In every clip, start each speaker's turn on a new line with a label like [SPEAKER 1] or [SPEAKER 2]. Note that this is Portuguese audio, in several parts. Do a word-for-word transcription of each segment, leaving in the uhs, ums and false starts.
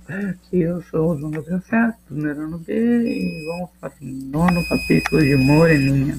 [SPEAKER 1] que eu sou o dono da festa, número B, e vamos para o nono capítulo de Moreninha.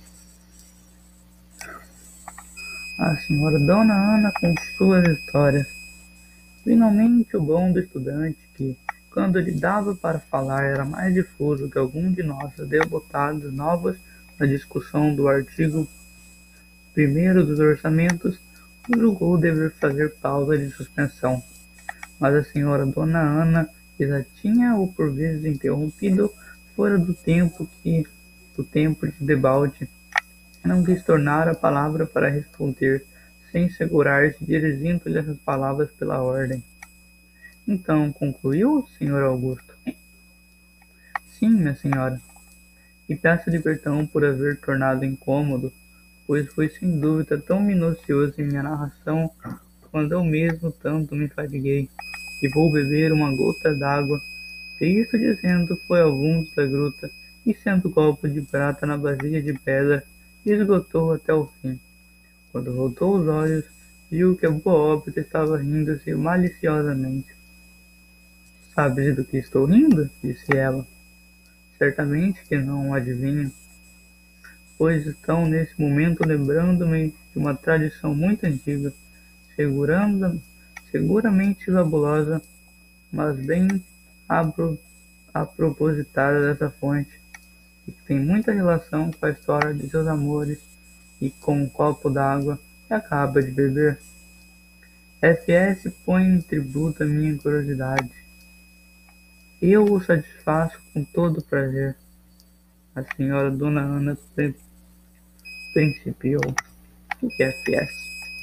[SPEAKER 1] A senhora Dona Ana com suas histórias. Finalmente o bom do estudante que, quando lhe dava para falar, era mais difuso que algum de nossos deputados novos na discussão do artigo primeiro dos orçamentos, julgou dever fazer pausa de suspensão. Mas a senhora Dona Ana, que já tinha-o por vezes interrompido, fora do tempo que do tempo de debalde, não quis tornar a palavra para responder, sem segurar-se, dirigindo-lhe essas palavras pela ordem. Então, concluiu, senhor Augusto? Sim, minha senhora. E peço-lhe perdão por haver tornado incômodo, pois fui sem dúvida tão minucioso em minha narração quando eu mesmo tanto me fatiguei. E vou beber uma gota d'água. E isto dizendo, foi ao fundo da gruta, e sendo copo de prata na vasilha de pedra, esgotou até o fim. Quando voltou os olhos, viu que a boa óbita estava rindo-se maliciosamente. Sabes do que estou rindo? Disse ela. Certamente que não adivinho, pois estão nesse momento lembrando-me de uma tradição muito antiga, segurando, seguramente fabulosa, mas bem apro, apropositada dessa fonte, e que tem muita relação com a história de seus amores e com um copo d'água que acaba de beber. F S põe em tributo a minha curiosidade. Eu o satisfaço com todo prazer. A senhora Dona Ana principiou. O que é F S?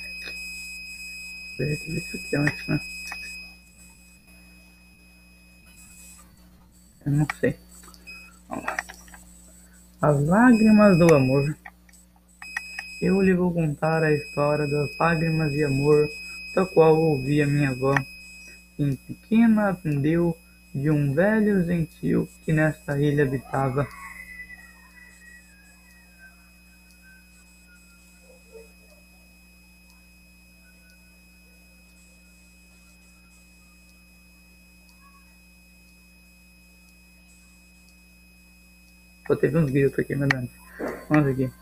[SPEAKER 1] Ver isso aqui antes, né? Eu não sei. Vamos lá. As lágrimas do amor. Eu lhe vou contar a história das lágrimas de amor, da qual ouvi a minha avó. Em pequena aprendeu de um velho gentio que nesta ilha habitava. Só teve uns gritos aqui, meu Deus. Vamos aqui.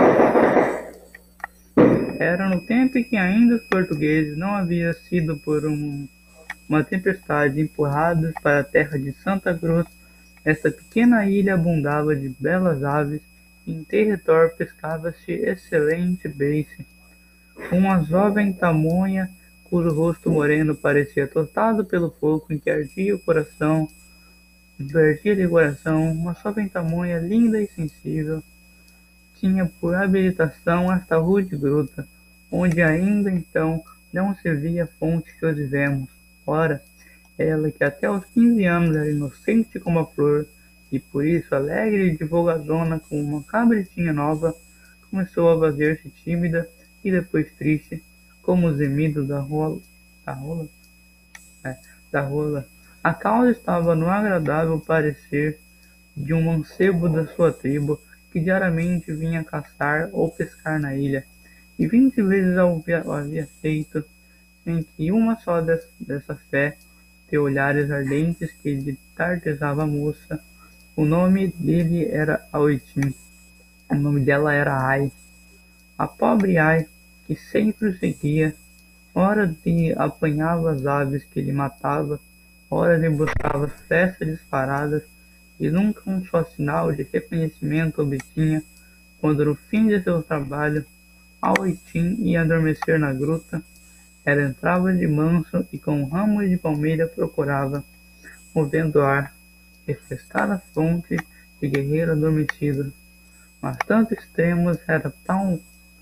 [SPEAKER 1] Era no tempo em que ainda os portugueses não haviam sido por um, uma tempestade empurrados para a terra de Santa Cruz. Esta pequena ilha abundava de belas aves e em território pescava-se excelente beice. Uma jovem tamonha, cujo rosto moreno parecia tostado pelo fogo em que ardia o coração, ardia o coração, uma jovem tamonha linda e sensível, tinha por habilitação esta rude gruta, onde ainda então não se via a fonte que hoje vemos. Ora, ela que até os quinze anos era inocente como a flor, e por isso alegre e divulgadona como uma cabritinha nova, começou a fazer-se tímida e depois triste, como os gemidos da rola. Da rola? É, da rola. A causa estava no agradável parecer de um mancebo da sua tribo, que diariamente vinha caçar ou pescar na ilha, e vinte vezes o havia feito, sem que uma só dessa fé, de olhares ardentes que lhe tartezava a moça. O nome dele era Aoitim, o nome dela era Ai. A pobre Ai, que sempre o seguia, ora lhe apanhava as aves que ele matava, ora lhe buscava festas disparadas, e nunca um só sinal de reconhecimento obtinha, quando no fim de seu trabalho, Aoitim ia adormecer na gruta. Ela entrava de manso e com ramos de palmeira procurava, movendo o ar, refrescar a fonte de guerreiro adormecido. Mas tanto extremos era tão,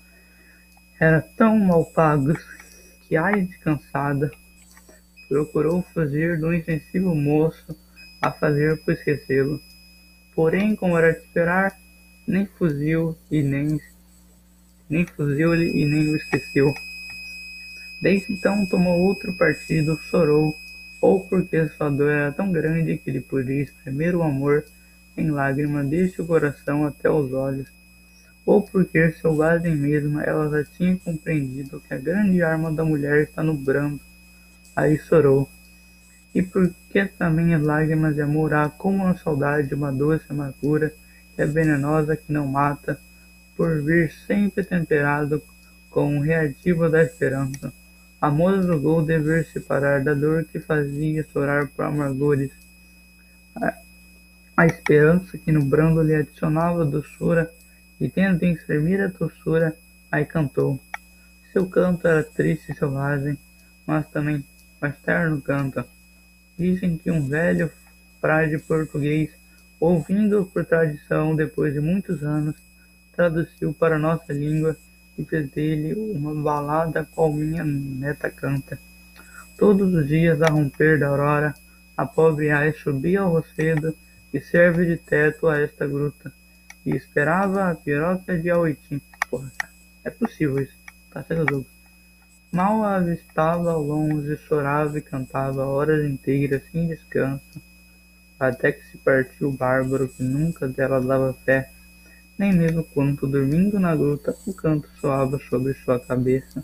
[SPEAKER 1] era tão mal pagos que, ai de cansada, procurou fugir do insensível moço a fazer por esquecê-lo. Porém, como era de esperar, nem fugiu e nem, nem fugiu-lhe e nem o esqueceu. Desde então tomou outro partido, chorou, ou porque sua dor era tão grande que lhe podia espremer o amor em lágrimas desde o coração até os olhos, ou porque selvagem mesma ela já tinha compreendido que a grande arma da mulher está no brando. Aí chorou, E porque também as lágrimas de amor há como a saudade uma doce amargura, que é venenosa, que não mata, por vir sempre temperado com o reativo da esperança. Amor julgou dever separar da dor que fazia chorar por amargores. A, a esperança que no brando lhe adicionava doçura, e tendo em servir a doçura, aí cantou. Seu canto era triste e selvagem, mas também mais terno canto. Dizem que um velho frade português, ouvindo por tradição depois de muitos anos, traduziu para nossa língua e fez dele uma balada qual minha neta canta. Todos os dias, a romper da aurora, a pobre ais subia ao rochedo e serve de teto a esta gruta, e esperava a piroca de Aoitim. Porra, é possível isso, tá certo? Mal a avistava ao longe, chorava e cantava horas inteiras sem descanso, até que se partiu o bárbaro que nunca dela dava fé, nem mesmo quando, dormindo na gruta, o canto soava sobre sua cabeça.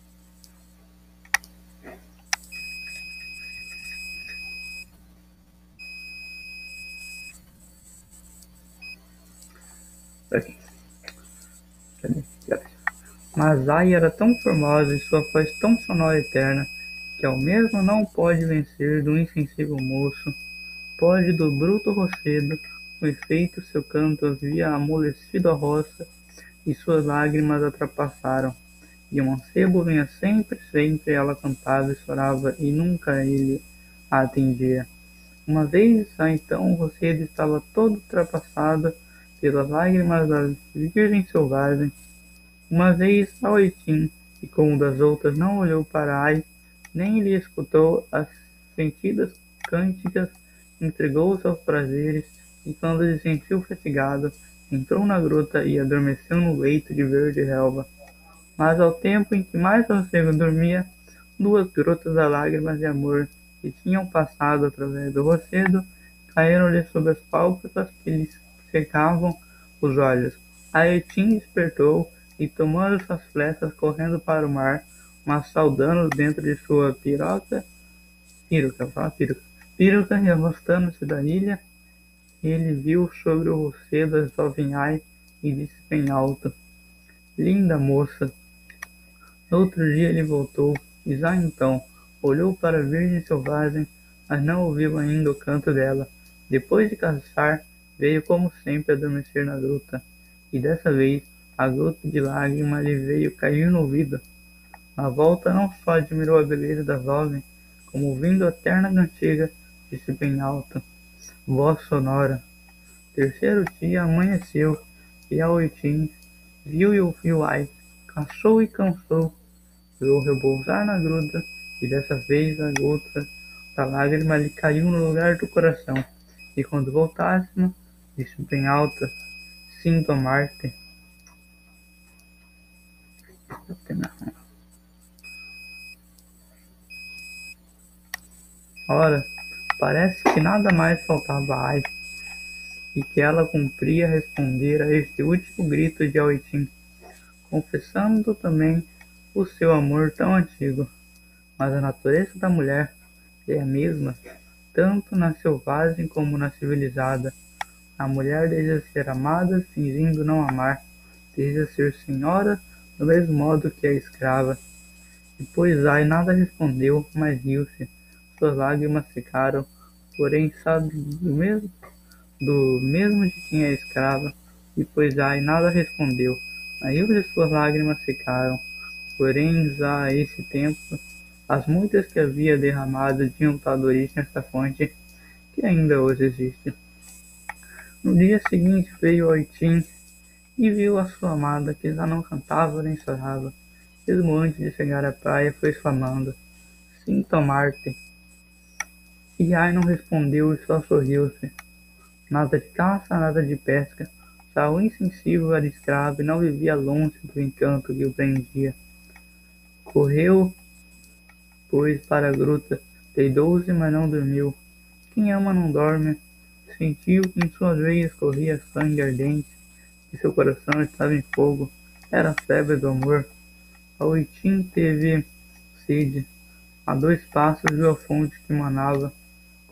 [SPEAKER 1] Aqui, cadê? Mas Ai era tão formosa e sua voz tão sonora e eterna, que ao mesmo não pode vencer do insensível moço, pode do bruto rochedo, com efeito seu canto havia amolecido a roça, e suas lágrimas a trapassaram, e o mancebo vinha sempre, sempre, ela cantava e chorava, e nunca ele a atendia. Uma vez, ah, então, o rochedo estava todo ultrapassado pelas lágrimas da virgem selvagem. Uma vez, Aoitim, e como das outras não olhou para Ai, nem lhe escutou as sentidas cânticas, entregou-se aos prazeres, e quando se sentiu fatigado, entrou na gruta e adormeceu no leito de verde relva. Mas ao tempo em que mais sossego dormia, duas gotas de lágrimas de amor, que tinham passado através do rochedo, caíram-lhe sobre as pálpebras que lhe secavam os olhos. Aoitim despertou e, tomando suas flechas, correndo para o mar, mas saudando dentro de sua piroca, piroca, fala piroca, piroca, e arrastando-se da ilha, ele viu sobre o rochedo a jovem Ai e disse bem alto: Linda moça! No outro dia ele voltou, e já então olhou para a virgem selvagem, mas não ouviu ainda o canto dela. Depois de caçar, veio como sempre adormecer na gruta, e dessa vez a gota de lágrima lhe veio cair no ouvido. Na volta não só admirou a beleza da jovem, como ouvindo a terna cantiga, disse bem alto, voz sonora. Terceiro dia amanheceu, e Aoitim viu e ouviu Ai, caçou e cansou, viu repousar na gruta, e dessa vez a gota da lágrima lhe caiu no lugar do coração, e quando voltássemos, disse bem alta, sinto amar-te. Ora, parece que nada mais faltava a Ai, e que ela cumpria responder a este último grito de Aoitim, confessando também o seu amor tão antigo. Mas a natureza da mulher é a mesma, tanto na selvagem como na civilizada. A mulher deseja ser amada, fingindo não amar, deseja ser senhora, do mesmo modo que a escrava. E pois Ai nada respondeu, mas riu-se. Suas lágrimas secaram, porém sabe do mesmo, do mesmo de quem é escrava. E pois Ai nada respondeu, mas riu-se, suas lágrimas secaram, porém já a esse tempo as muitas que havia derramado tinham dado origem a esta fonte, que ainda hoje existe. No dia seguinte veio Oitim e viu a sua amada, que já não cantava nem chorava. Mesmo antes de chegar à praia, foi exclamando: Sinto amar-te. E Ai não respondeu e só sorriu-se. Nada de caça, nada de pesca. Já o insensível era escravo e não vivia longe do encanto que o prendia. Correu, pois, para a gruta, deitou-se, mas não dormiu. Quem ama não dorme. Sentiu que em suas veias corria sangue ardente, e seu coração estava em fogo. Era a febre do amor. Aoitim teve sede. A dois passos viu a fonte que manava,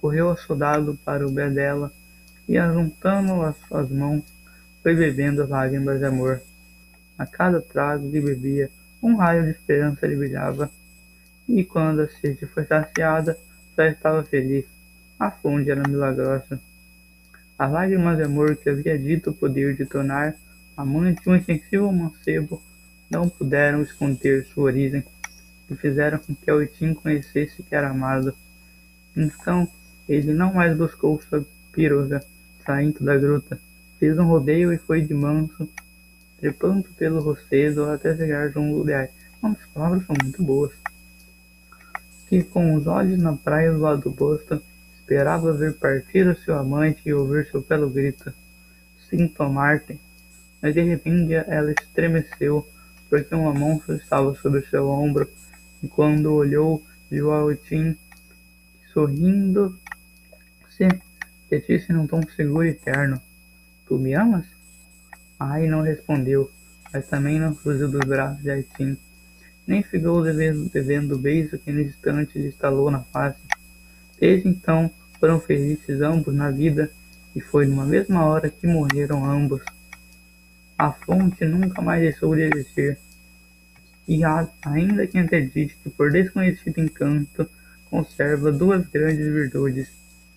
[SPEAKER 1] correu assodado para o pé dela e, ajuntando as suas mãos, foi bebendo as lágrimas de amor. A cada trago que bebia, um raio de esperança lhe brilhava, e quando a sede foi saciada, já estava feliz. A fonte era milagrosa. As lágrimas de amor que havia dito o poder de tornar amante um insensível mancebo não puderam esconder sua origem e fizeram com que Oitim conhecesse que era amado. Então, ele não mais buscou sua piroga, saindo da gruta, fez um rodeio e foi de manso, trepando pelo rochedo até chegar a um lugar. As palavras são muito boas. Que com os olhos na praia do lado oposto, esperava ver partir o seu amante e ouvir seu belo grito: "Sim, tomar-te!" Mas de repente ela estremeceu, porque uma mão estava sobre seu ombro, e quando olhou, viu a Oitim sorrindo se e disse num tom seguro e terno: "Tu me amas?" Ai não respondeu, mas também não fugiu dos braços de Oitim, nem ficou devendo, devendo o beijo que no instante lhe estalou na face. Desde então foram felizes ambos na vida, e foi numa mesma hora que morreram ambos. A fonte nunca mais deixou de existir, e há, ainda que acredite que por desconhecido encanto, conserva duas grandes virtudes.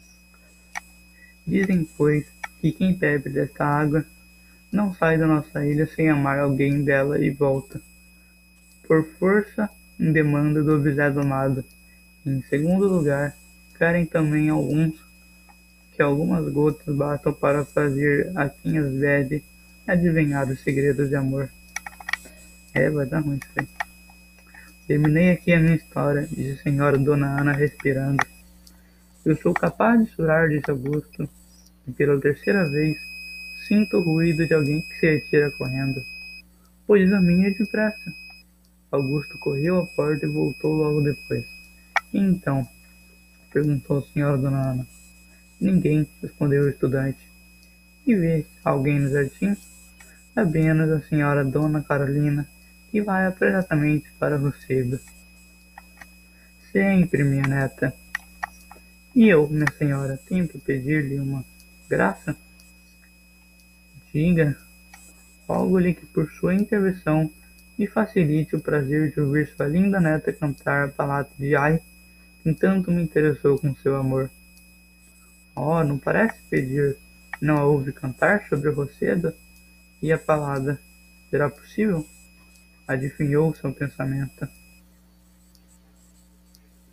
[SPEAKER 1] Dizem, pois, que quem bebe desta água não sai da nossa ilha sem amar alguém dela e volta, por força em demanda do objeto amado. E, em segundo lugar, querem também alguns que algumas gotas bastam para fazer a quem as bebe adivinhar os segredos de amor. É, vai dar ruim isso aí. Terminei aqui a minha história, disse a senhora Dona Ana respirando. Eu sou capaz de chorar, disse Augusto, e pela terceira vez sinto o ruído de alguém que se retira correndo. Pois examine depressa. Augusto correu à porta e voltou logo depois. E então? Perguntou a senhora Dona Ana. Ninguém, respondeu o estudante. E vê alguém no jardim? Apenas a senhora Dona Carolina, que vai apressadamente para o rochedo. Sempre, minha neta. E eu, minha senhora, tenho que pedir-lhe uma graça? Diga, rogo-lhe que por sua intervenção me facilite o prazer de ouvir sua linda neta cantar a balada de ai, que tanto me interessou com seu amor. Oh, não parece pedir, não a ouve cantar sobre o rochedo? E a balada, será possível? Adivinhou seu pensamento.